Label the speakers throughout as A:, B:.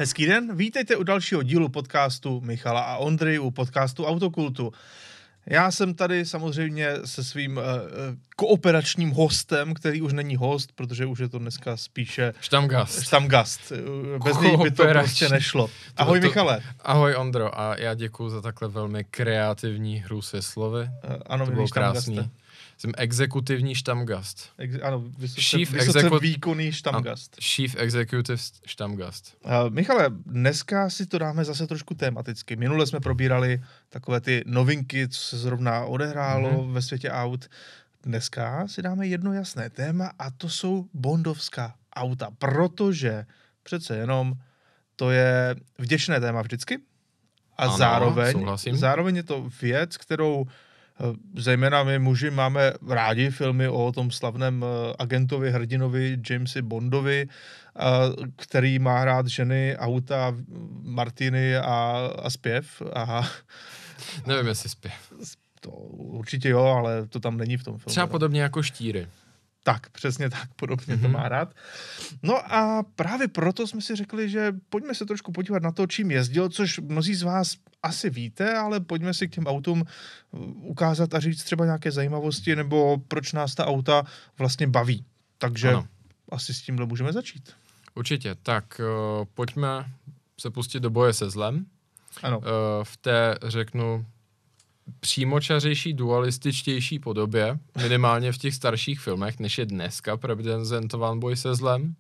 A: Hezký den, vítejte u dalšího dílu podcastu Michala a Ondry, u podcastu Autokultu. Já jsem tady samozřejmě se svým kooperačním hostem, který už není host, protože už je to dneska spíše Štamgast. Bez něj by to prostě nešlo. Ahoj Michale.
B: Ahoj Ondro a já děkuju za takhle velmi kreativní hru se slovy.
A: Ano,
B: to bylo krásný. Jsem exekutivní štamgast.
A: Ano, vysoce výkonný štamgast.
B: Chief Executive štamgast.
A: Michale, dneska si to dáme zase trošku tematicky. Minule jsme probírali takové ty novinky, co se zrovna odehrálo ve světě aut. Dneska si dáme jedno jasné téma a to jsou bondovská auta, protože přece jenom to je vděčné téma vždycky a ano, zároveň je to věc, kterou zejména my muži máme rádi filmy o tom slavném agentovi, hrdinovi Jamesi Bondovi, který má rád ženy, auta, Martiny a zpěv.
B: Nevím, jestli zpěv.
A: To určitě jo, ale to tam není v tom filmu.
B: Třeba podobně jako štíry.
A: Tak, přesně tak, podobně to má rád. No a právě proto jsme si řekli, že pojďme se trošku podívat na to, čím jezdil, což mnozí z vás asi víte, ale pojďme si k těm autům ukázat a říct třeba nějaké zajímavosti, nebo proč nás ta auta vlastně baví. Takže ano. Asi s tímhle můžeme začít.
B: Určitě, tak pojďme se pustit do boje se zlem.
A: Ano.
B: V té, řeknu, přímočařejší, dualističtější podobě, minimálně v těch starších filmech, než je dneska prezentován boj se zlem.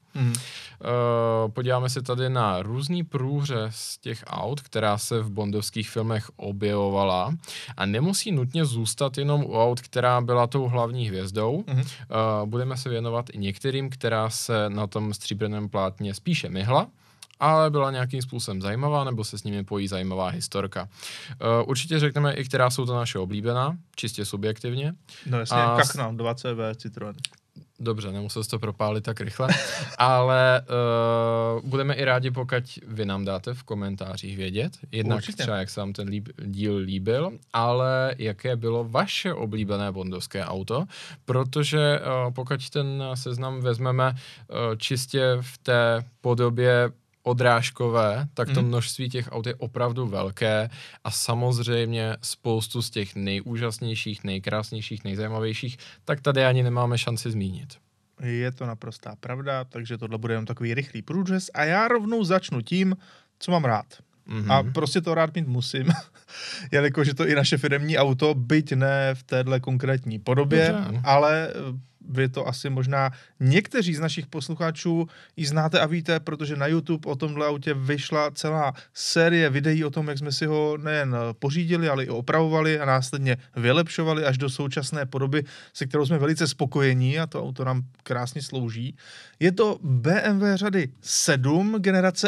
B: Podíváme se tady na různý průřez těch aut, která se v bondovských filmech objevovala a nemusí nutně zůstat jenom u aut, která byla tou hlavní hvězdou. Budeme se věnovat i některým, která se na tom stříbrném plátně spíše myhla, ale byla nějakým způsobem zajímavá, nebo se s nimi pojí zajímavá historka. Určitě řekneme i, která jsou to naše oblíbená, čistě subjektivně.
A: No jasně, Kakna, 2CV, Citroën.
B: Dobře, nemusel jsi to propálit tak rychle, ale budeme i rádi, pokud vy nám dáte v komentářích vědět, jednak určitě. Třeba jak se vám ten díl líbil, ale jaké bylo vaše oblíbené bondovské auto, protože pokud ten seznam vezmeme čistě v té podobě odrážkové, tak to množství těch aut je opravdu velké a samozřejmě spoustu z těch nejúžasnějších, nejkrásnějších, nejzajímavějších, tak tady ani nemáme šanci zmínit.
A: Je to naprostá pravda, takže tohle bude jen takový rychlý průřez a já rovnou začnu tím, co mám rád. A prostě to rád mít musím, jelikož je to i naše firemní auto, byť ne v téhle konkrétní podobě, dobře, ale vy to asi možná někteří z našich posluchačů i znáte a víte, protože na YouTube o tomhle autě vyšla celá série videí o tom, jak jsme si ho nejen pořídili, ale i opravovali a následně vylepšovali až do současné podoby, se kterou jsme velice spokojení a to auto nám krásně slouží. Je to BMW řady 7 generace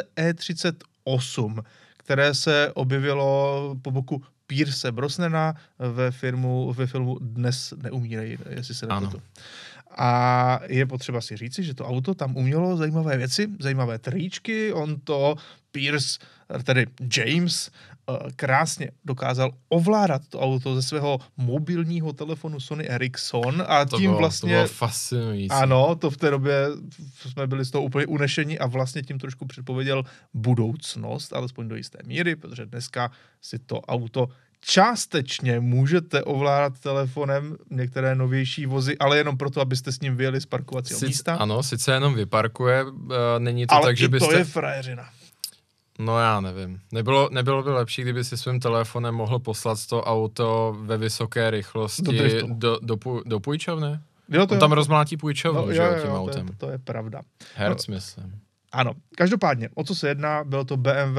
A: E38, které se objevilo po boku Pierce Brosnana ve filmu Dnes neumírej, jestli se nepletu. A je potřeba si říci, že to auto tam umělo zajímavé věci, zajímavé tričky, on to Pierce, tedy James, krásně dokázal ovládat to auto ze svého mobilního telefonu Sony Ericsson a tím vlastně...
B: To bylo fascinující.
A: Ano, to v té době jsme byli z toho úplně unešení a vlastně tím trošku předpověděl budoucnost, alespoň do jisté míry, protože dneska si to auto částečně můžete ovládat telefonem některé novější vozy, ale jenom proto, abyste s ním vyjeli z parkovacího místa.
B: Ano, sice jenom vyparkuje, není to
A: ale
B: tak, že byste...
A: Ale to je frajeřina.
B: No já nevím. Nebylo by lepší, kdyby si svým telefonem mohl poslat to auto ve vysoké rychlosti do půjčovny?
A: Jo,
B: on tam rozmlátí půjčovnu, že jo, tím autem.
A: To je pravda.
B: Hertz, myslím.
A: Ano, každopádně, o co se jedná, bylo to BMW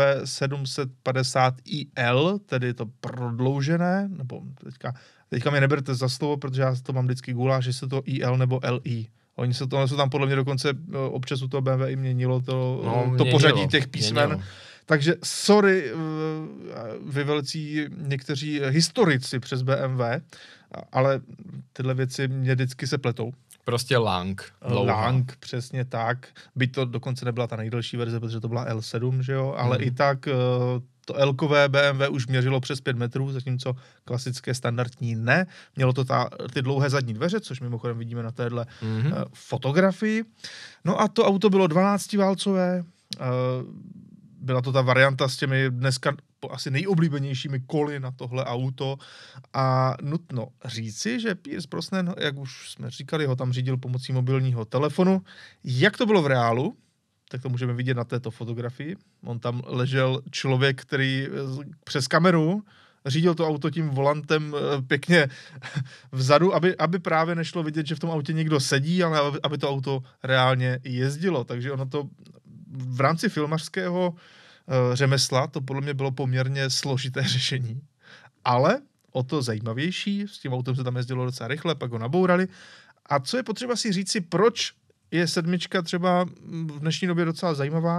A: 750iL, tedy to prodloužené, nebo teďka mě neberte za slovo, protože já to mám vždycky guláš, že se to IL nebo LI. Oni se tam podle mě dokonce občas u toho BMW i měnilo to pořadí těch písmen. Měnilo. Takže sorry, vy velcí někteří historici přes BMW, ale tyhle věci mě vždycky se pletou.
B: Prostě Lang.
A: Lang, přesně tak. Byť to dokonce nebyla ta nejdelší verze, protože to byla L7, že jo, ale i tak to L-kové BMW už měřilo přes 5 metrů, zatímco klasické standardní ne. Mělo to ty dlouhé zadní dveře, což mimochodem vidíme na téhle fotografii. No a to auto bylo 12válcové, byla to ta varianta s těmi dneska asi nejoblíbenějšími koly na tohle auto a nutno říci, že Pierce Brosnan, jak už jsme říkali, ho tam řídil pomocí mobilního telefonu. Jak to bylo v reálu, tak to můžeme vidět na této fotografii. On tam ležel člověk, který přes kameru řídil to auto tím volantem pěkně vzadu, aby právě nešlo vidět, že v tom autě někdo sedí, ale aby to auto reálně jezdilo. Takže ono to v rámci filmařského řemesla to podle mě bylo poměrně složité řešení. Ale o to zajímavější, s tím autem se tam jezdilo docela rychle, pak ho nabourali. A co je potřeba si říci, proč je 7 třeba v dnešní době docela zajímavá?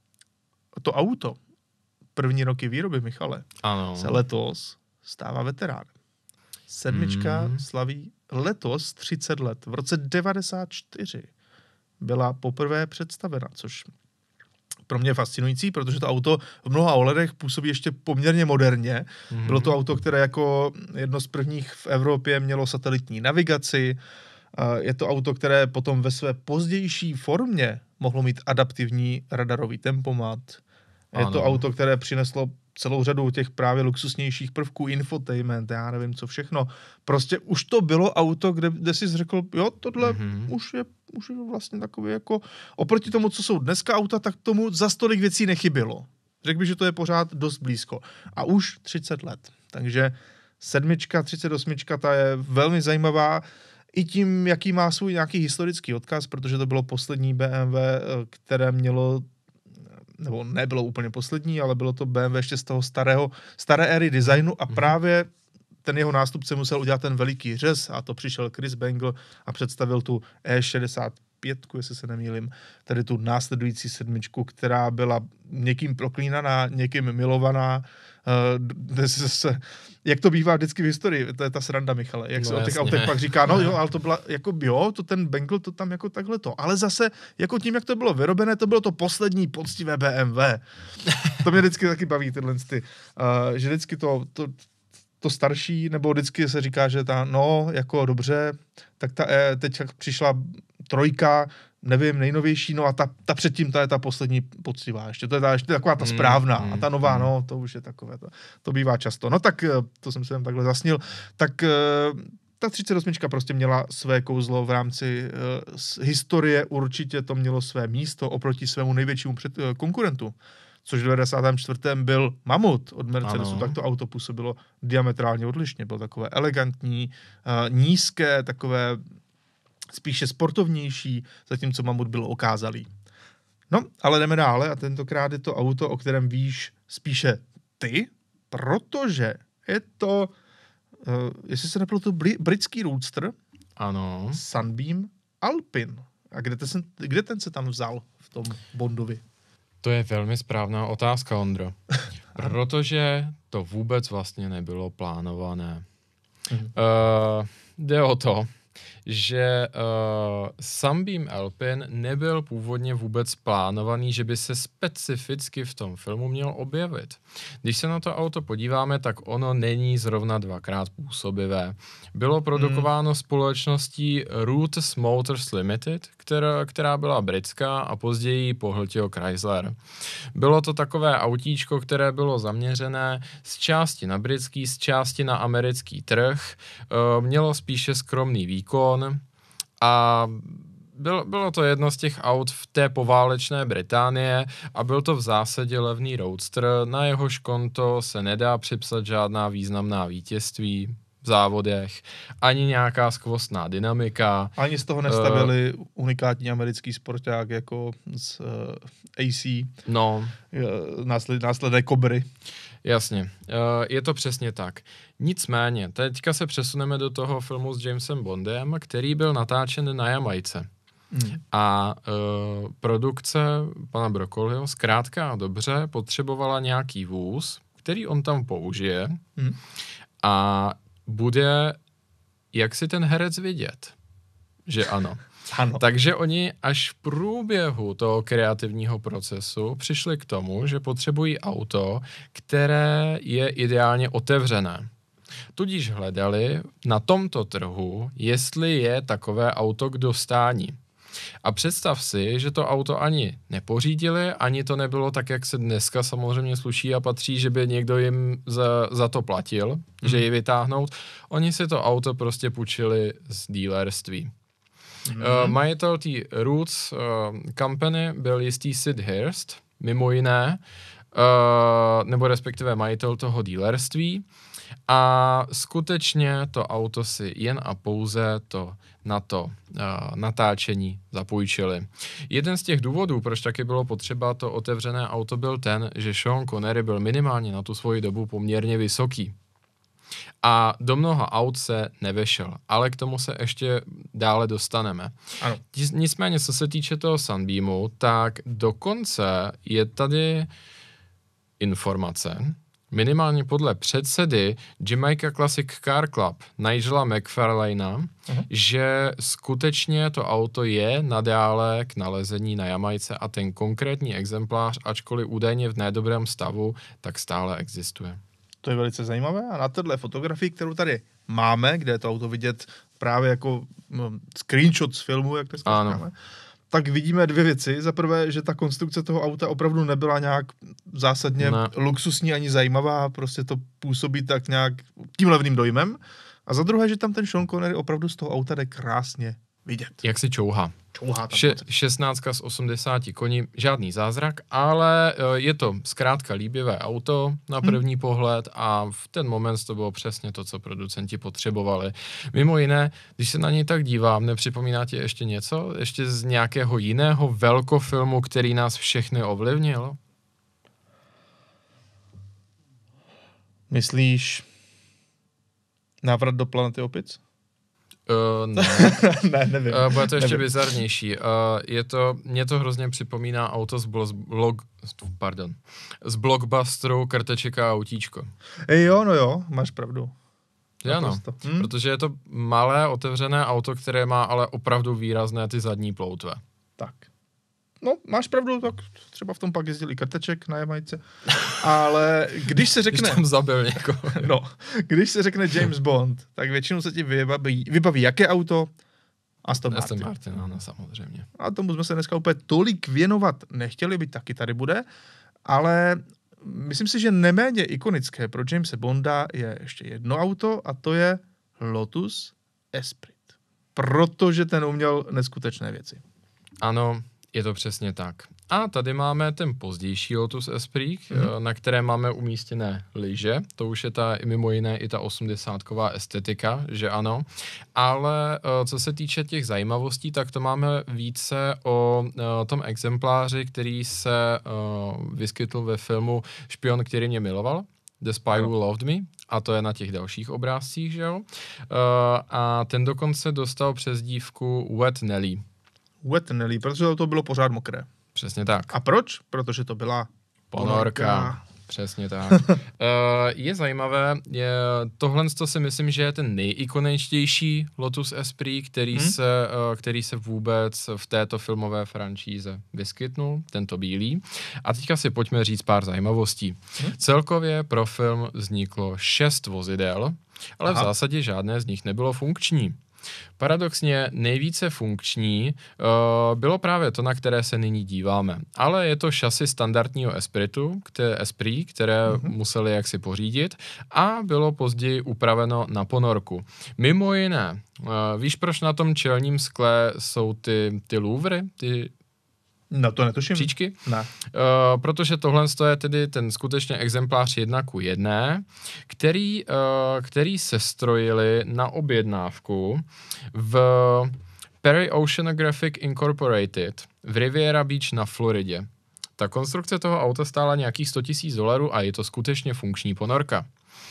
A: To auto, první roky výroby, Michale, se letos stává veteránem. 7 slaví letos 30 let. V roce 94 byla poprvé představena, což pro mě je fascinující, protože to auto v mnoha ohledech působí ještě poměrně moderně. Bylo to auto, které jako jedno z prvních v Evropě mělo satelitní navigaci. Je to auto, které potom ve své pozdější formě mohlo mít adaptivní radarový tempomat. Je to auto, které přineslo celou řadu těch právě luxusnějších prvků, infotainment, já nevím co všechno. Prostě už to bylo auto, kde jsi řekl, jo, tohle už je vlastně takový jako, oproti tomu, co jsou dneska auta, tak tomu za tolik věcí nechybilo. Řekl bych, že to je pořád dost blízko. A už 30 let. Takže 7, 38, ta je velmi zajímavá i tím, jaký má svůj nějaký historický odkaz, protože to bylo poslední BMW, které mělo, nebo nebylo úplně poslední, ale bylo to BMW ještě z toho staré éry designu a právě ten jeho nástupce musel udělat ten veliký řez a to přišel Chris Bangle a představil tu E65, jestli se nemýlím, tedy tu následující 7, která byla někým proklínaná, někým milovaná. Jak to bývá vždycky v historii, to je ta sranda, Michale, jak se o těch autech pak říká, no jo, ale to byla, jako jo, to ten Bangle, to tam jako takhle to, ale zase, jako tím, jak to bylo vyrobené, to bylo to poslední poctivé BMW. To mě vždycky taky baví, tyhle že vždycky to starší, nebo vždycky se říká, že jako dobře, tak teď přišla 3, nevím, nejnovější, no a ta předtím, ta je ta poslední poctivá. Ještě to je ještě taková ta správná. A ta nová, no, to už je takové. To bývá často. No tak, to jsem se jen takhle zasnil. Tak ta 38 prostě měla své kouzlo v rámci historie, určitě to mělo své místo oproti svému největšímu konkurentu. Což v 94. byl Mamut od Mercedesu, tak to auto působilo diametrálně odlišně. Bylo takové elegantní, nízké, takové spíše sportovnější, zatímco Mamut byl okázalý. No, ale jdeme dále a tentokrát je to auto, o kterém víš spíše ty, protože je to, jestli se nepletu, britský roadster.
B: Ano.
A: Sunbeam Alpine. A kde ten se tam vzal v tom Bondovi?
B: To je velmi správná otázka, Ondro. Protože to vůbec vlastně nebylo plánované. Jde o to, že Sunbeam Alpine nebyl původně vůbec plánovaný, že by se specificky v tom filmu měl objevit. Když se na to auto podíváme, tak ono není zrovna 2x působivé. Bylo produkováno společností Rootes Motors Limited, která byla britská a později pohltil Chrysler. Bylo to takové autíčko, které bylo zaměřené z části na britský, z části na americký trh. Mělo spíše skromný výkon a bylo to jedno z těch aut v té poválečné Británie a byl to v zásadě levný roadster, na jehož konto se nedá připsat žádná významná vítězství v závodech, ani nějaká skvostná dynamika.
A: Ani z toho nestavili unikátní americký sporták jako z AC, následné Cobry.
B: Jasně, je to přesně tak. Nicméně, teďka se přesuneme do toho filmu s Jamesem Bondem, který byl natáčen na Jamajce. A produkce pana Broccoliho zkrátka a dobře potřebovala nějaký vůz, který on tam použije a bude jak si ten herec vidět, že ano.
A: Ano.
B: Takže oni až v průběhu toho kreativního procesu přišli k tomu, že potřebují auto, které je ideálně otevřené. Tudíž hledali na tomto trhu, jestli je takové auto k dostání. A představ si, že to auto ani nepořídili, ani to nebylo tak, jak se dneska samozřejmě sluší a patří, že by někdo jim za to platil, že ji vytáhnout. Oni si to auto prostě půjčili z dealerství. Majitel té Roots Company byl jistý Sid Hurst, mimo jiné, nebo respektive majitel toho dealerství. A skutečně to auto si jen a pouze na to natáčení zapůjčili. Jeden z těch důvodů, proč taky bylo potřeba to otevřené auto, byl ten, že Sean Connery byl minimálně na tu svoji dobu poměrně vysoký. A do mnoha aut se nevešel, ale k tomu se ještě dále dostaneme.
A: Ano.
B: Nicméně, co se týče toho Sunbeamu, tak dokonce je tady informace, minimálně podle předsedy Jamaica Classic Car Club Nigela McFarlanea, že skutečně to auto je nadále k nalezení na Jamajce a ten konkrétní exemplář, ačkoliv údajně v nedobrém stavu, tak stále existuje.
A: To je velice zajímavé a na této fotografii, kterou tady máme, kde je to auto vidět právě jako screenshot z filmu, jak dneska říkáme, tak vidíme dvě věci. Za prvé, že ta konstrukce toho auta opravdu nebyla nějak zásadně luxusní ani zajímavá, prostě to působí tak nějak tím levným dojmem. A za druhé, že tam ten Sean Connery opravdu z toho auta jde krásně vidět.
B: Jak si čouhá. 16 z 80 koní, žádný zázrak, ale je to zkrátka líbivé auto na první pohled a v ten moment to bylo přesně to, co producenti potřebovali. Mimo jiné, když se na něj tak dívám, nepřipomíná ti ještě něco? Ještě z nějakého jiného velkofilmu, který nás všechny ovlivnil?
A: Myslíš Návrat do planety opic?
B: Ne, nevím. Bude to ještě bizarnější. Mě to hrozně připomíná auto z blockbusteru Krteček a autíčko.
A: Jo, máš pravdu.
B: Ano, protože je to malé otevřené auto, které má ale opravdu výrazné ty zadní ploutve.
A: Tak. No, máš pravdu, tak třeba v tom pak jezdil i Krteček na Jamajce. Ale když se řekne...
B: Když tam zabil někoho.
A: No, když se řekne James Bond, tak většinou se ti vybaví jaké auto? Aston
B: Martin, ano, samozřejmě.
A: A tomu jsme se dneska úplně tolik věnovat nechtěli, byť taky tady bude, ale myslím si, že neméně ikonické pro Jamese Bonda je ještě jedno auto a to je Lotus Esprit. Protože ten uměl neskutečné věci.
B: Ano, je to přesně tak. A tady máme ten pozdější Lotus Esprit, na které máme umístěné lyže. To už je mimo jiné i ta 80ková estetika, že ano. Ale co se týče těch zajímavostí, tak to máme více o tom exempláři, který se vyskytl ve filmu Špion, který mě miloval. The Spy Who Loved Me. A to je na těch dalších obrázcích, že jo. A ten dokonce dostal přezdívku Wet Nelly.
A: Wet Nelly, protože to bylo pořád mokré.
B: Přesně tak.
A: A proč? Protože to byla ponorka.
B: Přesně tak. Je zajímavé, tohle si myslím, že je ten nejikoničtější Lotus Esprit, který se vůbec v této filmové franšíze vyskytnul, tento bílý. A teďka si pojďme říct pár zajímavostí. Celkově pro film vzniklo 6 vozidel, ale v zásadě žádné z nich nebylo funkční. Paradoxně nejvíce funkční bylo právě to, na které se nyní díváme. Ale je to šasi standardního Esprit, které museli jaksi pořídit a bylo později upraveno na ponorku. Mimo jiné, víš, proč na tom čelním skle jsou ty louvry,
A: No to netuším.
B: Příčky?
A: Ne.
B: Protože tohle je tedy ten skutečně exemplář 1:1, který se strojili na objednávku v Perry Oceanographic Incorporated v Riviera Beach na Floridě. Ta konstrukce toho auta stála nějakých $100,000 a je to skutečně funkční ponorka.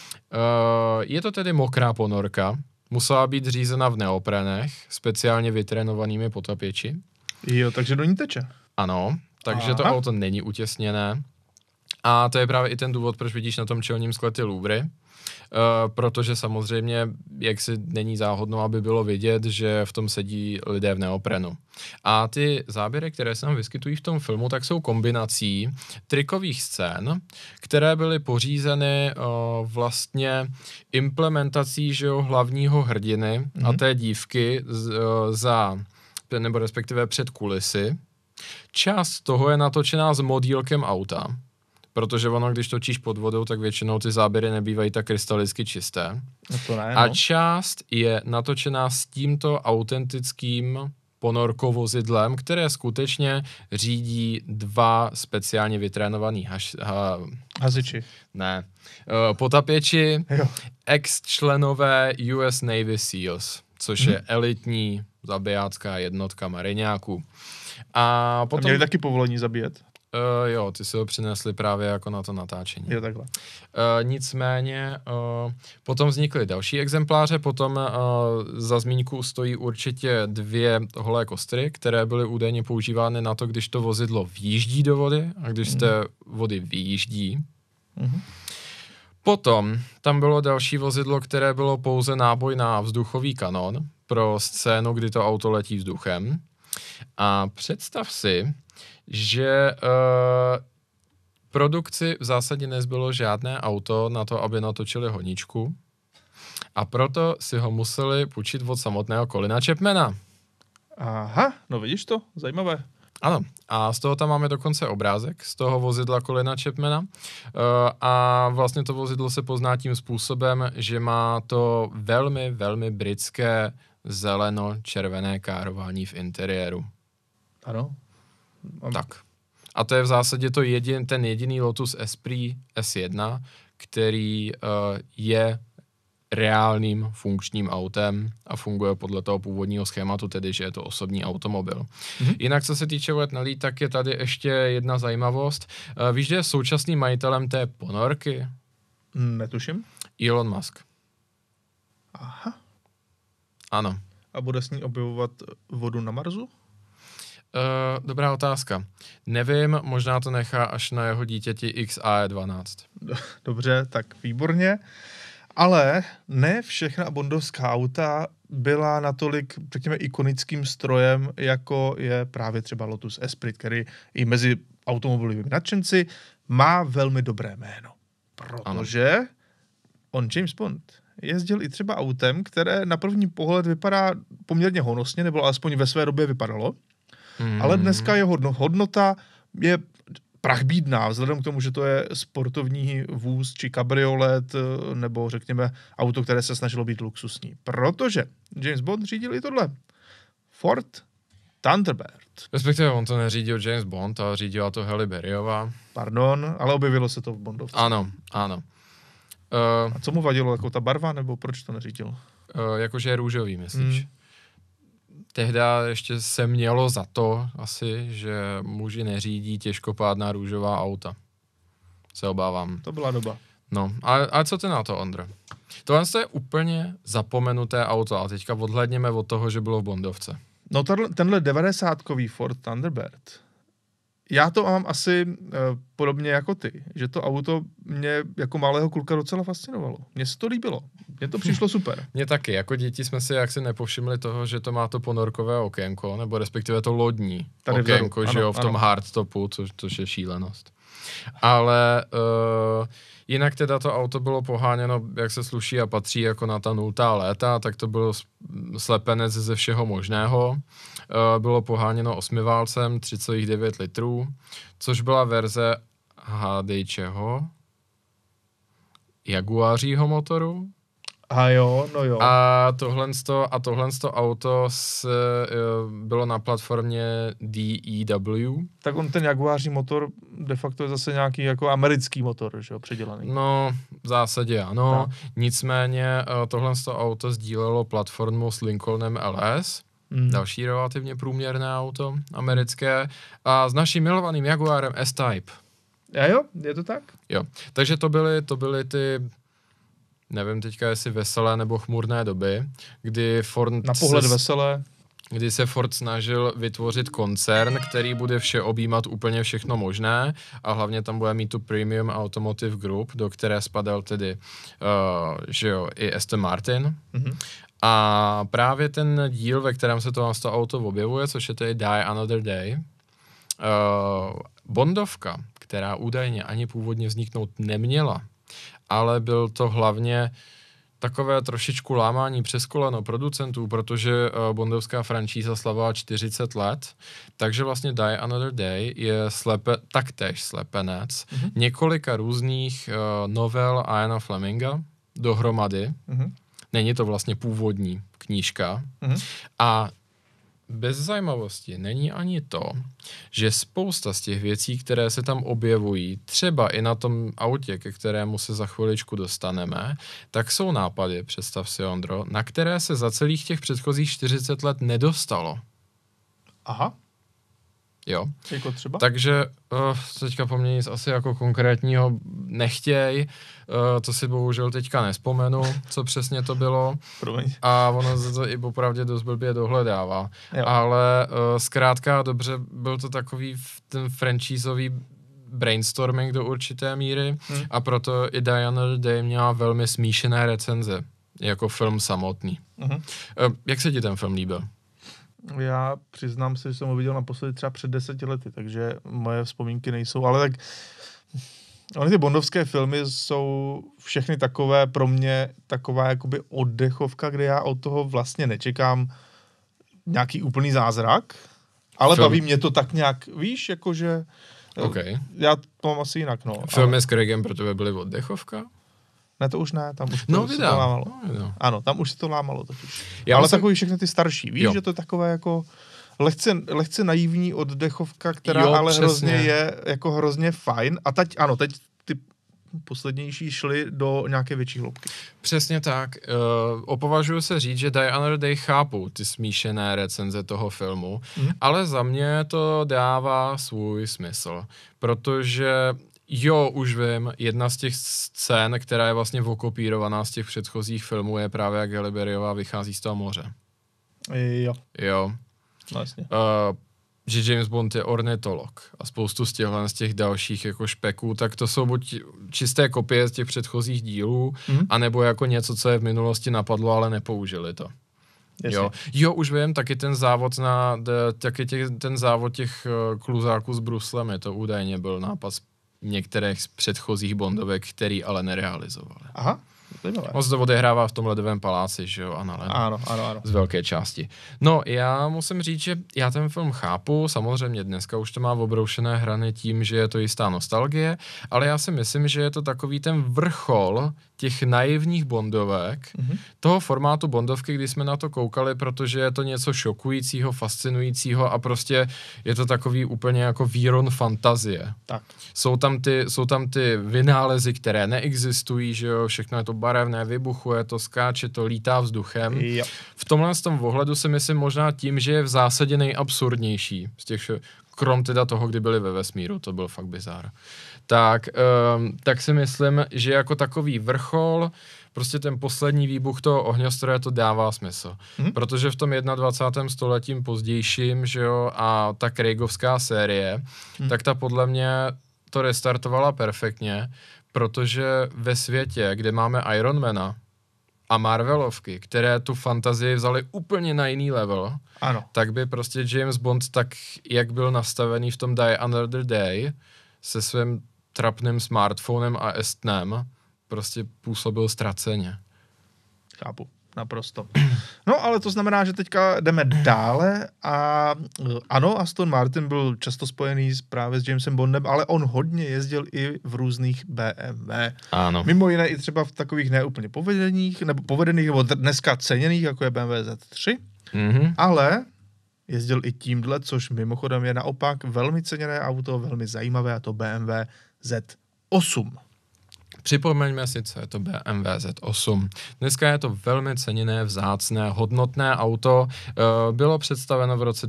B: Je to tedy mokrá ponorka, musela být řízena v neoprenech, speciálně vytrénovanými potapěči.
A: Jo, takže do ní teče.
B: Ano, takže to auto není utěsněné. A to je právě i ten důvod, proč vidíš na tom čelním skle ty louvry. Protože samozřejmě, jak si není záhodno, aby bylo vidět, že v tom sedí lidé v neoprenu. A ty záběry, které se nám vyskytují v tom filmu, tak jsou kombinací trikových scén, které byly pořízeny vlastně implementací hlavního hrdiny a té dívky za nebo respektive před kulisy. Část toho je natočená s modílkem auta, protože ono, když točíš pod vodou, tak většinou ty záběry nebývají tak krystalicky čisté.
A: No to ne, no.
B: A část je natočená s tímto autentickým ponorkovozidlem, které skutečně řídí 2 speciálně vytrénovaný
A: hasiči.
B: Ne. Potapěči,
A: Jo.
B: ex-členové US Navy SEALs, což je elitní zabijácká jednotka mariňáků. A potom...
A: A měli taky povolení zabíjet?
B: Jo, ty si ho přinesli právě jako na to natáčení.
A: Jo, takhle.
B: Nicméně potom vznikly další exempláře, potom za zmínku stojí určitě 2 holé kostry, které byly údajně používány na to, když to vozidlo vjíždí do vody a když z té vody vyjíždí. Potom tam bylo další vozidlo, které bylo pouze náboj na vzduchový kanon pro scénu, kdy to auto letí vzduchem. A představ si, že produkci v zásadě nezbylo žádné auto na to, aby natočili honičku. A proto si ho museli půjčit od samotného Colina Chapmana.
A: Aha, no vidíš to? Zajímavé.
B: Ano, a z toho tam máme dokonce obrázek z toho vozidla Colina Chapmana. A vlastně to vozidlo se pozná tím způsobem, že má to velmi, velmi britské zeleno-červené kárování v interiéru.
A: Ano.
B: Tak. A to je v zásadě ten jediný Lotus Esprit S1, který je reálným funkčním autem a funguje podle toho původního schématu, tedy že je to osobní automobil. Jinak, co se týče Wet Nelly, tak je tady ještě jedna zajímavost. Víš, že je současným majitelem té ponorky?
A: Netuším.
B: Elon Musk.
A: Aha.
B: Ano.
A: A bude s ní objevovat vodu na Marsu?
B: Dobrá otázka. Nevím, možná to nechá až na jeho dítěti XAE12.
A: Dobře, tak výborně. Ale ne všechna bondovská auta byla natolik, řekněme, ikonickým strojem, jako je právě třeba Lotus Esprit, který i mezi automobilovými nadšenci má velmi dobré jméno. Protože on, James Bond, jezdil i třeba autem, které na první pohled vypadá poměrně honosně, nebo alespoň ve své době vypadalo. Ale dneska jeho hodnota je prachbídná, vzhledem k tomu, že to je sportovní vůz či kabriolet, nebo řekněme auto, které se snažilo být luxusní. Protože James Bond řídil i tohle. Ford Thunderbird.
B: Respektive on to neřídil James Bond, ale řídila to Halle Berryová.
A: Pardon, ale objevilo se to v Bondovce.
B: Ano.
A: A co mu vadilo, jako ta barva, nebo proč to neřídil?
B: Jakože je růžový, myslíš? Tehda ještě se mělo za to asi, že muži neřídí těžkopádná růžová auta. Se obávám.
A: To byla doba.
B: No, a co ty na to, Ondro? Tohle je úplně zapomenuté auto a teďka odhlédněme od toho, že bylo v Bondovce.
A: No tenhle 90kový Ford Thunderbird, já to mám asi podobně jako ty, že to auto mě jako malého kluka docela fascinovalo. Mně se to líbilo. Mně to přišlo super.
B: Mně taky. Jako děti jsme si jaksi nepovšimli toho, že to má to ponorkové okénko, nebo respektive to lodní tady okénko, vzadu. Že jo, v tom hardtopu, což je šílenost. Ale jinak teda to auto bylo poháněno, jak se sluší a patří jako na ta 0. léta, tak to bylo slepenec ze všeho možného. Bylo poháněno 8válcem 3,9 litrů, což byla verze hádej čeho? Jaguářího motoru.
A: A jo, no jo.
B: A tohle auto bylo na platformě DEW.
A: Tak on ten Jaguáří motor de facto je zase nějaký jako americký motor, že jo, předělaný.
B: No, v zásadě ano. Tak. Nicméně tohle auto sdílelo platformu s Lincolnem LS, další relativně průměrné auto americké, a s naším milovaným Jaguárem S-Type.
A: A jo, je to tak?
B: Jo, takže to byly ty, nevím teďka, jestli veselé nebo chmurné doby, kdy Ford
A: na pohled veselé.
B: Kdy se Ford snažil vytvořit koncern, který bude vše objímat úplně všechno možné a hlavně tam bude mít tu Premium Automotive Group, do které spadal tedy že jo, i Aston Martin. A právě ten díl, ve kterém se to auto objevuje, což je tedy Die Another Day, Bondovka, která údajně ani původně vzniknout neměla, ale byl to hlavně takové trošičku lámání přes koleno producentů, protože bondovská franšíza slavila 40 let, takže vlastně Die Another Day je taktéž slepenec několika různých novel Iana Fleminga dohromady. Není to vlastně původní knížka. A bez zajímavosti není ani to, že spousta z těch věcí, které se tam objevují, třeba i na tom autě, ke kterému se za chviličku dostaneme, tak jsou nápady, představ si, Ondro, na které se za celých těch předchozích 40 let nedostalo.
A: Aha.
B: Jo.
A: Jako třeba?
B: Takže teďka po mně nic asi jako konkrétního nechtěj, to si bohužel teďka nespomenu, co přesně to bylo.
A: Promiň.
B: A ono to i popravdě dost blbě dohledává.
A: Jo.
B: Ale zkrátka dobře, byl to takový ten franchiseový brainstorming do určité míry a proto i Die Another Day měla velmi smíšené recenze, jako film samotný. Jak se ti ten film líbil?
A: Já přiznám se, že jsem ho viděl naposledy třeba před 10 lety, takže moje vzpomínky nejsou, ale tak ony ty bondovské filmy jsou všechny takové pro mě taková jakoby oddechovka, kde já od toho vlastně nečekám nějaký úplný zázrak, ale baví mě to tak nějak, víš, jakože já to mám asi jinak, no.
B: Filmy s Craigem pro tebe byly oddechovka?
A: Ne, to už ne, tam už to se to lámalo. Ano, tam už se to lámalo totiž. Ale takový všechny ty starší, víš, že to je takové jako lehce naivní oddechovka, která ale hrozně je jako hrozně fajn. A teď ty poslednější šly do nějaké větší hloubky.
B: Přesně tak. Opovažuji se říct, že Die Another Day chápu ty smíšené recenze toho filmu, ale za mě to dává svůj smysl, protože jo, už vím, jedna z těch scén, která je vlastně okopírovaná z těch předchozích filmů, je právě jak Halle Berryová vychází z toho moře. Jo.
A: No jasně.
B: Že James Bond je ornitolog a spoustu z těch dalších jako špeků, tak to jsou buď čisté kopie z těch předchozích dílů, anebo jako něco, co je v minulosti napadlo, ale nepoužili to. Jo, už vím, taky ten závod ten závod těch kluzáků s bruslemi, to údajně byl nápad některých z předchozích bondovek, který ale nerealizovali.
A: Aha, zajímavé.
B: On se to odehrává v tom ledovém paláci, že jo,
A: Ano.
B: Z velké části. No, já musím říct, že já ten film chápu, samozřejmě dneska už to má obroušené hrany tím, že je to jistá nostalgie, ale já si myslím, že je to takový ten vrchol těch naivních bondovek, toho formátu bondovky, kdy jsme na to koukali, protože je to něco šokujícího, fascinujícího a prostě je to takový úplně jako výron fantazie.
A: Tak.
B: Jsou tam ty vynálezy, které neexistují, že jo, všechno je to barevné, vybuchuje to, skáče to, lítá vzduchem.
A: Jo.
B: V tomhle ohledu si myslím možná tím, že je v zásadě nejabsurdnější z těch, krom teda toho, kdy byli ve vesmíru, to byl fakt bizár. Tak si myslím, že jako takový vrchol, prostě ten poslední výbuch toho ohňostroje to dává smysl. Protože v tom 21. stoletím pozdějším, že jo, a ta Craigovská série, tak ta podle mě to restartovala perfektně, protože ve světě, kde máme Ironmana a Marvelovky, které tu fantazii vzali úplně na jiný level, tak by prostě James Bond tak, jak byl nastavený v tom Die Another Day, se svým trapným smartphonem a estnem, prostě působil ztraceně.
A: Chápu, naprosto. No, ale to znamená, že teďka jdeme dále a ano, Aston Martin byl často spojený právě s Jamesem Bondem, ale on hodně jezdil i v různých BMW.
B: Ano.
A: Mimo jiné i třeba v takových neúplně povedených, nebo dneska ceněných, jako je BMW Z3, ale jezdil i tímhle, což mimochodem je naopak velmi ceněné auto, velmi zajímavé, a to BMW Z8.
B: Připomeňme si, co je to BMW Z8. Dneska je to velmi ceněné, vzácné, hodnotné auto. Bylo představeno v roce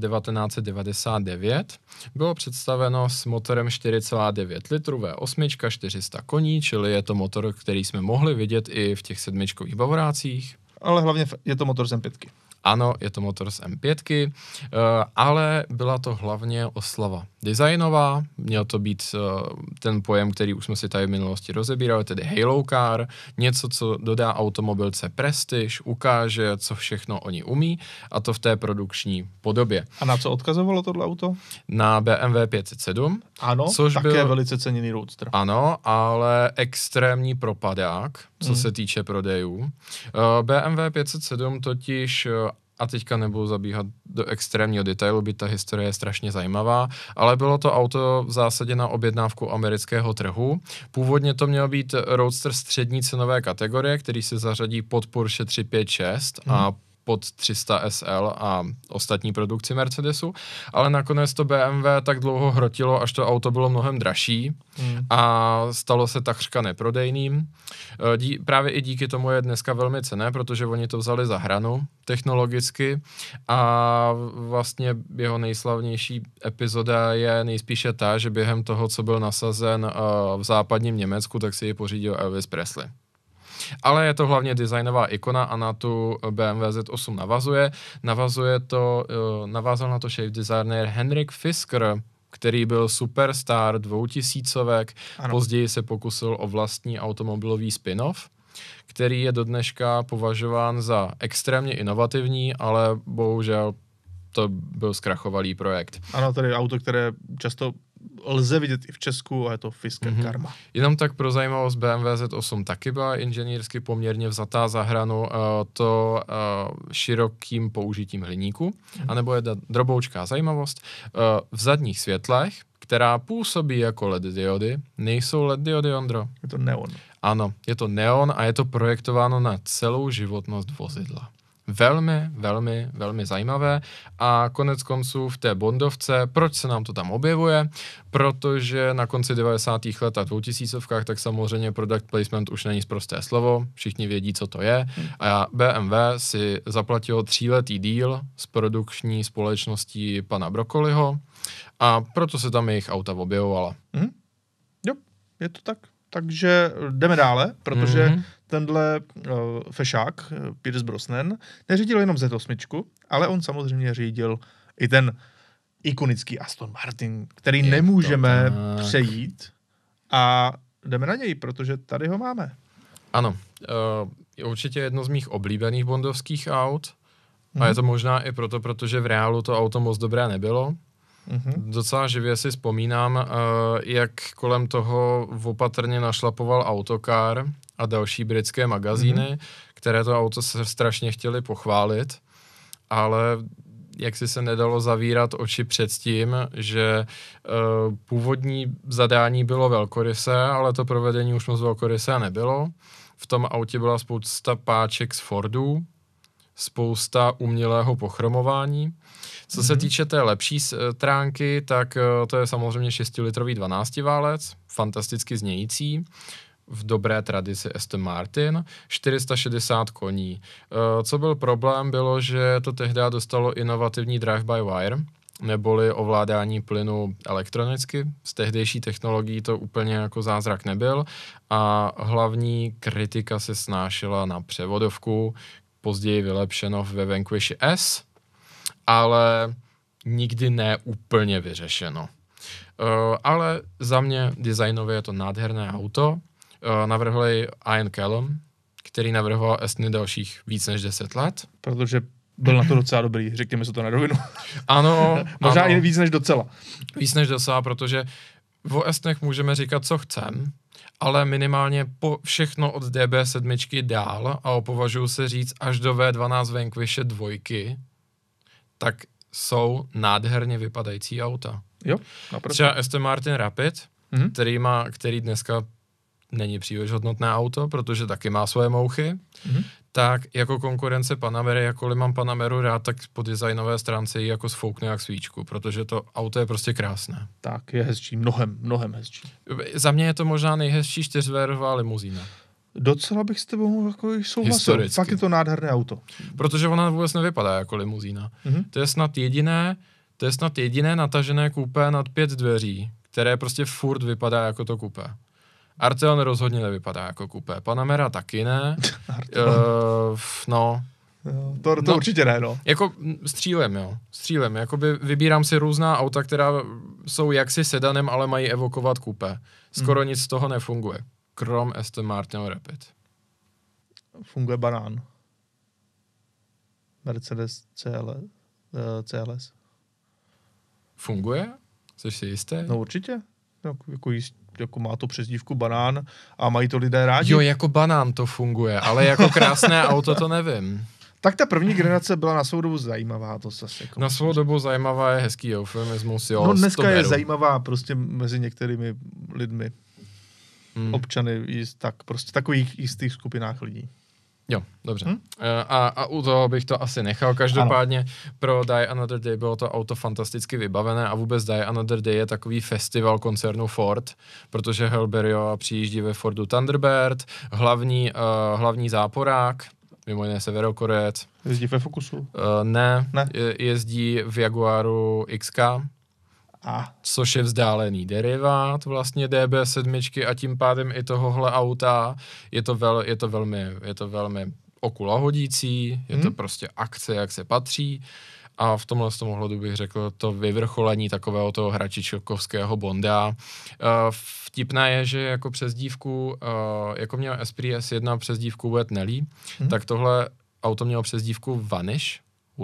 B: 1999. Bylo představeno s motorem 4,9 litrů V8, 400 koní, čili je to motor, který jsme mohli vidět i v těch sedmičkových bavorácích.
A: Ale hlavně je to motor z M5.
B: Ano, je to motor z M5, ale byla to hlavně oslava designová, měl to být ten pojem, který už jsme si tady v minulosti rozebírali, tedy Halo Car, něco, co dodá automobilce prestiž, ukáže, co všechno oni umí, a to v té produkční podobě.
A: A na co odkazovalo tohle auto?
B: Na BMW 507.
A: Ano,
B: což
A: také
B: byl
A: velice ceněný Roadster.
B: Ano, ale extrémní propadák, co se týče prodejů. BMW 507 totiž, a teďka nebudu zabíhat do extrémního detailu, byť ta historie je strašně zajímavá, ale bylo to auto v zásadě na objednávku amerického trhu. Původně to měl být Roadster střední cenové kategorie, který se zařadí pod Porsche 356 a pod 300 SL a ostatní produkci Mercedesu, ale nakonec to BMW tak dlouho hrotilo, až to auto bylo mnohem dražší a stalo se takřka neprodejným. Právě i díky tomu je dneska velmi cenné, protože oni to vzali za hranu technologicky a vlastně jeho nejslavnější epizoda je nejspíše ta, že během toho, co byl nasazen v západním Německu, tak si ji pořídil Elvis Presley. Ale je to hlavně designová ikona a na tu BMW Z8 navázal na to shape designer Henrik Fisker, který byl superstar 2000. Později se pokusil o vlastní automobilový spin-off, který je do dneška považován za extrémně inovativní, ale bohužel to byl zkrachovalý projekt.
A: Ano, tady auto, které často lze vidět i v Česku a je to Fisker Karma.
B: Jenom tak pro zajímavost, BMW Z8 taky byla inženýrsky poměrně vzatá za hranu širokým použitím hliníku, anebo je droboučká zajímavost. V zadních světlech, která působí jako LED diody, nejsou LED diody, Ondro.
A: Je to neon.
B: Ano, je to neon a je to projektováno na celou životnost vozidla. Velmi, velmi, velmi zajímavé a konec konců v té Bondovce, proč se nám to tam objevuje? Protože na konci 90. let a 2000 tak samozřejmě product placement už není sprosté slovo, všichni vědí, co to je a BMW si zaplatilo 3letý deal s produkční společností pana Broccoliho a proto se tam jejich auta objevovala.
A: Jo, je to tak. Takže jdeme dále, protože tenhle fešák, Pierce Brosnan, neřídil jenom Z8, ale on samozřejmě řídil i ten ikonický Aston Martin, který nemůžeme přejít a jdeme na něj, protože tady ho máme.
B: Ano, je určitě jedno z mých oblíbených bondovských aut a je to možná i proto, protože v reálu to auto moc dobré nebylo. Docela živě si vzpomínám, jak kolem toho opatrně našlapoval Autocar a další britské magazíny, které to auto se strašně chtěli pochválit, ale jak si se nedalo zavírat oči před tím, že původní zadání bylo velkorysé, ale to provedení už moc velkorysé nebylo. V tom autě byla spousta páček z Fordů, spousta umělého pochromování. Co se týče té lepší stránky, tak to je samozřejmě 6-litrový 12-válec, fantasticky znějící, v dobré tradici Aston Martin, 460 koní. Co byl problém, bylo, že to tehdy dostalo inovativní drive-by-wire, neboli ovládání plynu elektronicky. Z tehdejší technologií to úplně jako zázrak nebyl a hlavní kritika se snášela na převodovku, později vylepšeno ve Vanquishi S, ale nikdy ne úplně vyřešeno. Ale za mě designově je to nádherné auto. Navrhl jej Ian Callum, který navrhoval Estny dalších víc než 10 let.
A: Protože byl na to docela dobrý, řekněme si to na rovinu.
B: Ano.
A: Možná i víc než docela.
B: Víc než docela, protože o Estnech můžeme říkat, co chcem, ale minimálně po všechno od DB7 dál a považuji se říct až do V12 Vanquishe 2, tak jsou nádherně vypadající auta.
A: Jo, naprosto.
B: Třeba Aston Martin Rapid, který dneska není příliš hodnotné auto, protože taky má svoje mouchy, tak jako konkurence Panamery, jakkoliv mám Panameru rád, tak po designové stránce ji jako sfoukne jak svíčku, protože to auto je prostě krásné.
A: Tak, je hezčí, mnohem hezčí.
B: Za mě je to možná nejhezčí 4dverová limuzína.
A: Docela bych s tebou jako souhlasil. Fakt je to nádherné auto.
B: Protože ona vůbec nevypadá jako limuzína. To je snad jediné natažené kupé nad 5 dveří, které prostě furt vypadá jako to kupé. Arteon rozhodně nevypadá jako kupé. Panamera taky ne.
A: To určitě ne, no.
B: Jako střílem. Jakoby vybírám si různá auta, která jsou jaksi sedanem, ale mají evokovat kupé. Skoro nic z toho nefunguje. Krom Aston Martin Rapid.
A: Funguje banán. Mercedes CLS.
B: Funguje? Jsi si jistý?
A: No určitě. Jako má to přezdívku banán a mají to lidé rádi.
B: Jo, jako banán to funguje, ale jako krásné auto to nevím.
A: Tak ta první generace byla na svou dobu zajímavá, to zase jako...
B: Na svou dobu zajímavá je hezký eufemismus, jo.
A: No dneska je zajímavá prostě mezi některými lidmi, občany, tak prostě takových jistých skupinách lidí.
B: Jo, dobře. A u toho bych to asi nechal. Každopádně pro Die Another Day bylo to auto fantasticky vybavené a vůbec Die Another Day je takový festival koncernu Ford, protože Hellberryho přijíždí ve Fordu Thunderbird, hlavní záporák, mimo jiné Severokorejec.
A: Jezdí ve Focusu?
B: Ne. Jezdí v Jaguaru XK, což je vzdálený derivát vlastně DB7 a tím pádem i tohohle auta je to velmi okulahodící, je to prostě akce, jak se patří a v tomhle ohledu bych řekl to vyvrcholení takového toho hračičkovského Bonda. Vtipné je, že jako přezdívku, jako měl Esprit S1 přezdívku Wet Nelly, tak tohle auto mělo přezdívku Vanish.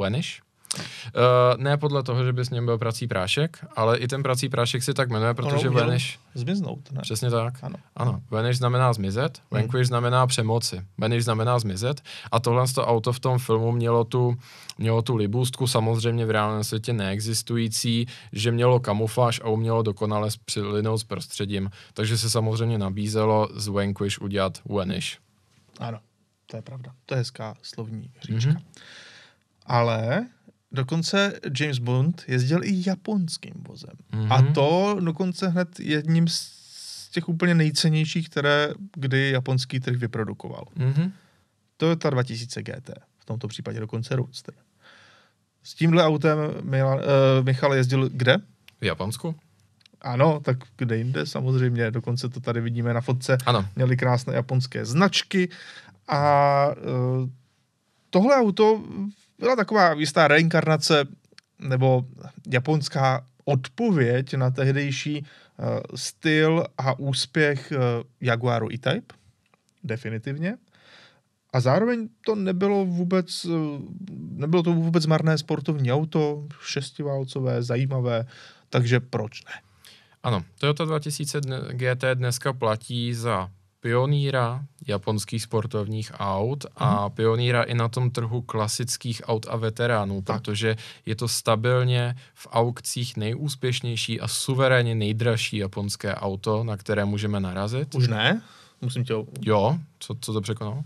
B: Ne podle toho, že by s něm byl prací prášek, ale i ten prací prášek si tak jmenuje, protože Vanish...
A: Zmiznout, ne?
B: Přesně tak. Ano. Vanish znamená zmizet, Vanquish znamená přemoci, Vanish znamená zmizet a tohle auto v tom filmu mělo tu libůstku, samozřejmě v reálném světě neexistující, že mělo kamufláž a umělo dokonale přilinout s prostředím, takže se samozřejmě nabízelo z Vanquish udělat Vanish.
A: Ano, to je pravda. To je hezká slovní hříčka. Ale dokonce James Bond jezdil i japonským vozem. A to dokonce hned jedním z těch úplně nejcennějších, které kdy japonský trh vyprodukoval. Toyota 2000 GT, v tomto případě dokonce Roadster. S tímhle autem Michal jezdil kde?
B: V Japonsku.
A: Ano, tak kde jinde samozřejmě, dokonce to tady vidíme na fotce.
B: Ano.
A: Měli krásné japonské značky a tohle auto byla taková jistá reinkarnace nebo japonská odpověď na tehdejší styl a úspěch Jaguaru E-Type. Definitivně. A zároveň to nebylo to vůbec marné sportovní auto, šestiválcové, zajímavé, takže proč ne?
B: Ano, Toyota 2000 GT dneska platí za pionýra japonských sportovních aut a pionýra i na tom trhu klasických aut a veteránů, protože je to stabilně v aukcích nejúspěšnější a suverénně nejdražší japonské auto, na které můžeme narazit.
A: Už ne? Musím tě...
B: Jo, co to překonalo?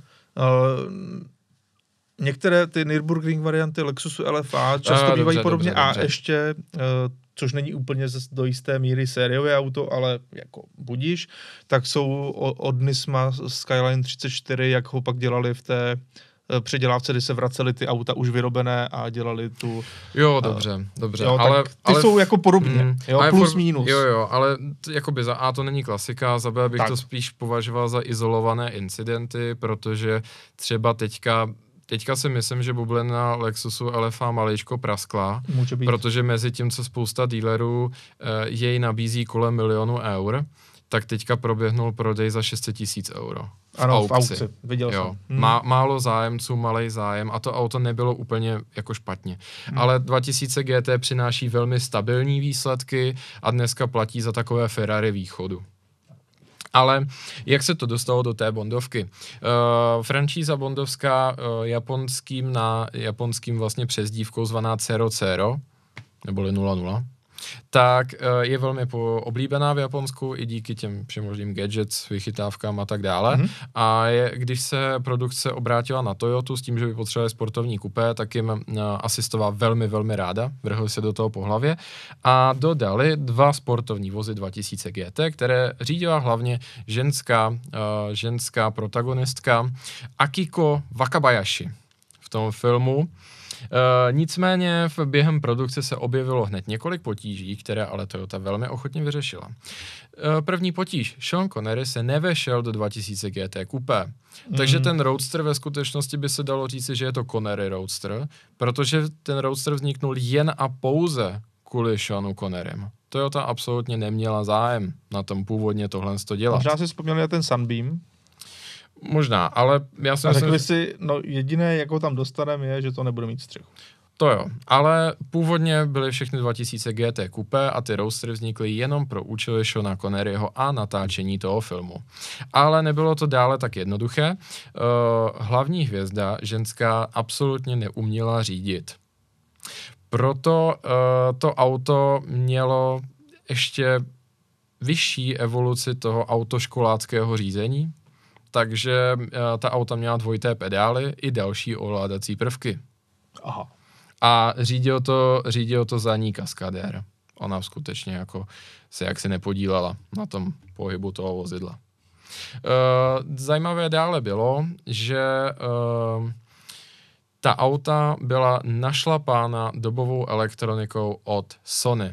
A: Některé ty Nürburgring varianty Lexusu LFA často bývají podobně dobře. A ještě... což není úplně do jisté míry sériové auto, ale jako budíš, tak jsou od Nisma Skyline 34, jak ho pak dělali v té předělávce, kdy se vracely ty auta už vyrobené a dělali tu...
B: Jo, dobře.
A: Jo, ale jsou jako podobně, plus minus.
B: Jo, ale jakoby za A to není klasika, za B bych to spíš považoval za izolované incidenty, protože třeba Teďka si myslím, že bublina Lexusu LFA maličko praskla, protože mezi tím, co spousta dealerů jej nabízí kolem 1 000 000 eur, tak teďka proběhnul prodej za 600 000 euro.
A: Ano, v aukci. Viděl jsem.
B: Málo zájemců, malej zájem a to auto nebylo úplně jako špatně. Ale 2000 GT přináší velmi stabilní výsledky a dneska platí za takové Ferrari východu. Ale jak se to dostalo do té Bondovky? Franšíza bondovská japonským vlastně přezdívkou zvaná Cero Cero, neboli 00, tak je velmi oblíbená v Japonsku i díky těm všemožným gadgets, vychytávkám a tak dále. A když se produkce obrátila na Toyotu s tím, že by potřebovali sportovní kupé, tak jim asistovala velmi, velmi ráda, vrhli se do toho po hlavě a dodali 2 sportovní vozy 2000 GT, které řídila hlavně ženská protagonistka Akiko Wakabayashi v tom filmu. Nicméně během produkce se objevilo hned několik potíží, které ale Toyota velmi ochotně vyřešila. První potíž. Sean Connery se nevešel do 2000 GT Coupé. Takže ten Roadster ve skutečnosti by se dalo říci, že je to Connery Roadster, protože ten Roadster vzniknul jen a pouze kvůli Seanu Connerym. Toyota absolutně neměla zájem na tom původně tohle dělat.
A: Možná si vzpomněli na ten Sunbeam.
B: Možná, ale já si myslím...
A: řekli si, no jediné, jak ho tam dostaneme, je, že to nebude mít střechu.
B: To jo, ale původně byly všechny 2000 GT Coupe a ty Roadstery vznikly jenom pro účely Seana Conneryho a natáčení toho filmu. Ale nebylo to dále tak jednoduché. Hlavní hvězda, ženská, absolutně neuměla řídit. Proto to auto mělo ještě vyšší evoluci toho autoškoláckého řízení, takže ta auta měla dvojité pedály i další ovládací prvky.
A: Aha.
B: A řídil to za ní kaskadér. Ona skutečně jako se jaksi nepodílela na tom pohybu toho vozidla. Zajímavé dále bylo, že ta auta byla našlapána dobovou elektronikou od Sony.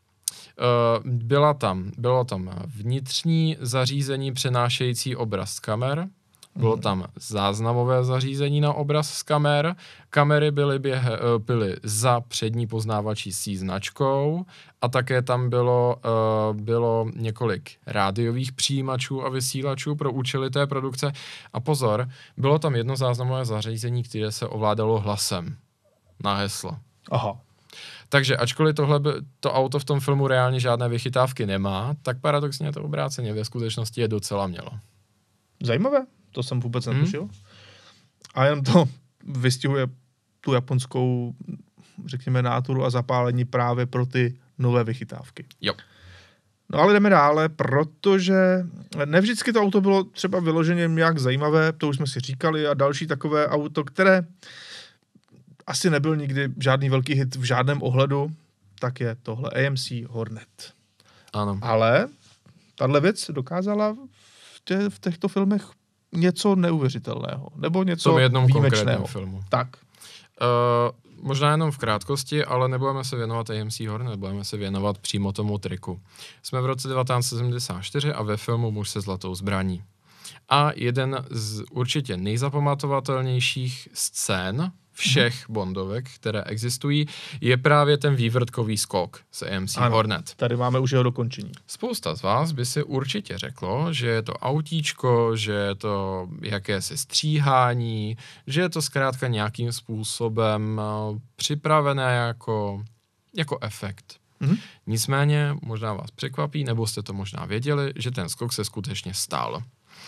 B: Bylo tam vnitřní zařízení přenášející obraz z kamer, bylo tam záznamové zařízení na obraz z kamer, kamery byly za přední poznávačící značkou a také tam bylo několik rádiových přijímačů a vysílačů pro účely té produkce. A pozor, bylo tam jedno záznamové zařízení, které se ovládalo hlasem na heslo.
A: Aha.
B: Takže ačkoliv to auto v tom filmu reálně žádné vychytávky nemá, tak paradoxně to obráceně ve skutečnosti je docela mělo.
A: Zajímavé, to jsem vůbec netušil. A jenom to vystihuje tu japonskou, řekněme, náturu a zapálení právě pro ty nové vychytávky.
B: Jo.
A: No ale jdeme dále, protože ne vždycky to auto bylo třeba vyloženě nějak zajímavé, to už jsme si říkali, a další takové auto, které asi nebyl nikdy žádný velký hit v žádném ohledu, tak je tohle AMC Hornet.
B: Ano.
A: Ale tahle věc dokázala v těchto filmech něco neuvěřitelného, nebo něco
B: v jednom
A: výjimečného.
B: Konkrétním filmu.
A: Tak.
B: Možná jenom v krátkosti, ale nebudeme se věnovat AMC Hornet, budeme se věnovat přímo tomu triku. Jsme v roce 1974 a ve filmu Muž se zlatou zbraní. A jeden z určitě nejzapamatovatelnějších scén všech Bondovek, které existují, je právě ten vývrtkový skok z AMC Hornet.
A: Tady máme už jeho dokončení.
B: Spousta z vás by si určitě řeklo, že je to autíčko, že je to jakési stříhání, že je to zkrátka nějakým způsobem připravené jako efekt. Nicméně, možná vás překvapí, nebo jste to možná věděli, že ten skok se skutečně stal.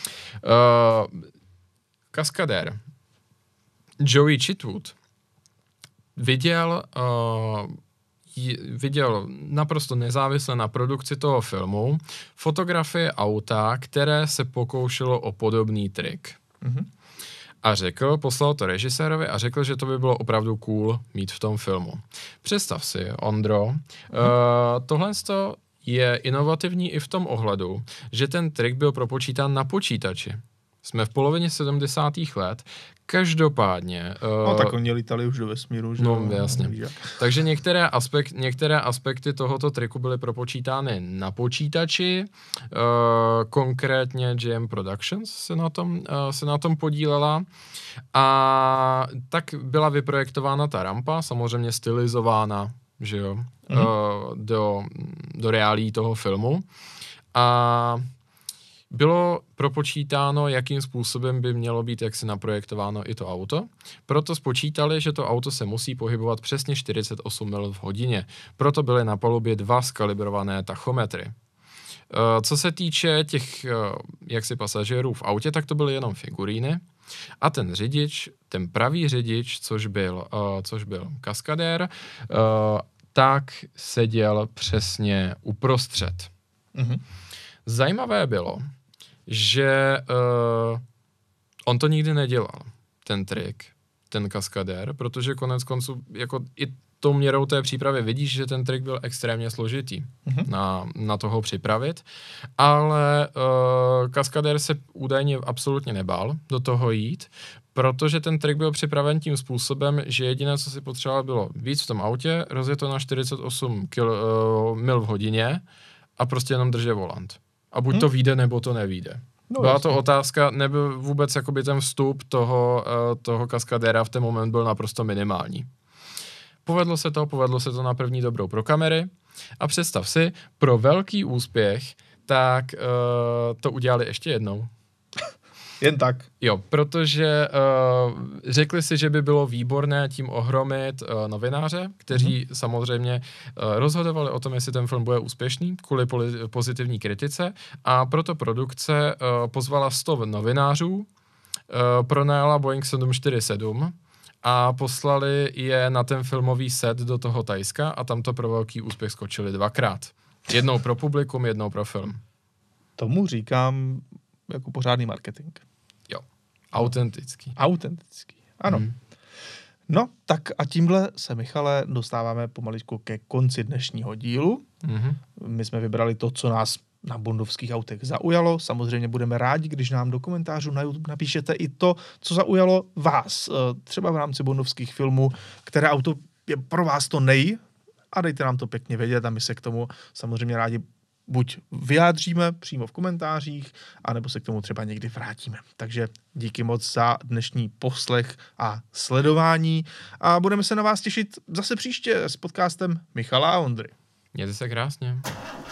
B: Kaskadér Joey Chitwood viděl naprosto nezávisle na produkci toho filmu fotografie auta, které se pokoušelo o podobný trik. A poslal to režisérovi a řekl, že to by bylo opravdu cool mít v tom filmu. Představ si, Ondro, tohle je inovativní i v tom ohledu, že ten trik byl propočítán na počítači. Jsme v polovině 70. let, každopádně...
A: tak oni lítali už do vesmíru, že?
B: No, jasně. Takže některé aspekty tohoto triku byly propočítány na počítači, konkrétně GM Productions se na tom podílela a tak byla vyprojektována ta rampa, samozřejmě stylizována, že jo, do reálí toho filmu a bylo propočítáno, jakým způsobem by mělo být jaksi naprojektováno i to auto. Proto spočítali, že to auto se musí pohybovat přesně 48 mil v hodině. Proto byly na palubě 2 skalibrované tachometry. Co se týče těch jaksi pasažérů v autě, tak to byly jenom figuríny. A ten řidič, ten pravý řidič, což byl kaskadér, tak seděl přesně uprostřed. Zajímavé bylo, že on to nikdy nedělal, ten trik, ten kaskadér, protože konec konců jako i tou měrou té přípravy vidíš, že ten trik byl extrémně složitý na toho připravit, ale kaskadér se údajně absolutně nebál do toho jít, protože ten trik byl připraven tím způsobem, že jediné, co si potřeboval, bylo víc v tom autě, rozjet to na 48 mil v hodině a prostě jenom držet volant. A buď to vyjde, nebo to nevyjde. No, byla to otázka, nebyl vůbec jakoby ten vstup toho kaskadéra v ten moment byl naprosto minimální. Povedlo se to na první dobrou pro kamery a představ si, pro velký úspěch, tak to udělali ještě jednou.
A: Jen tak.
B: Jo, protože řekli si, že by bylo výborné tím ohromit novináře, kteří samozřejmě rozhodovali o tom, jestli ten film bude úspěšný kvůli pozitivní kritice, a proto produkce pozvala 100 novinářů, pronajala Boeing 747 a poslali je na ten filmový set do toho Thajska a tam to pro velký úspěch skočili 2krát. Jednou pro publikum, jednou pro film.
A: Tomu říkám jako pořádný marketing.
B: Jo, autentický.
A: Autentický, ano. No, tak a tímhle se, Michale, dostáváme pomaličku ke konci dnešního dílu. My jsme vybrali to, co nás na bondovských autech zaujalo. Samozřejmě budeme rádi, když nám do komentářů na YouTube napíšete i to, co zaujalo vás. Třeba v rámci bondovských filmů, které auto je pro vás to a dejte nám to pěkně vědět a my se k tomu samozřejmě rádi buď vyjádříme přímo v komentářích, anebo se k tomu třeba někdy vrátíme. Takže díky moc za dnešní poslech a sledování a budeme se na vás těšit zase příště s podcastem Michala a Ondry.
B: Mějte se krásně.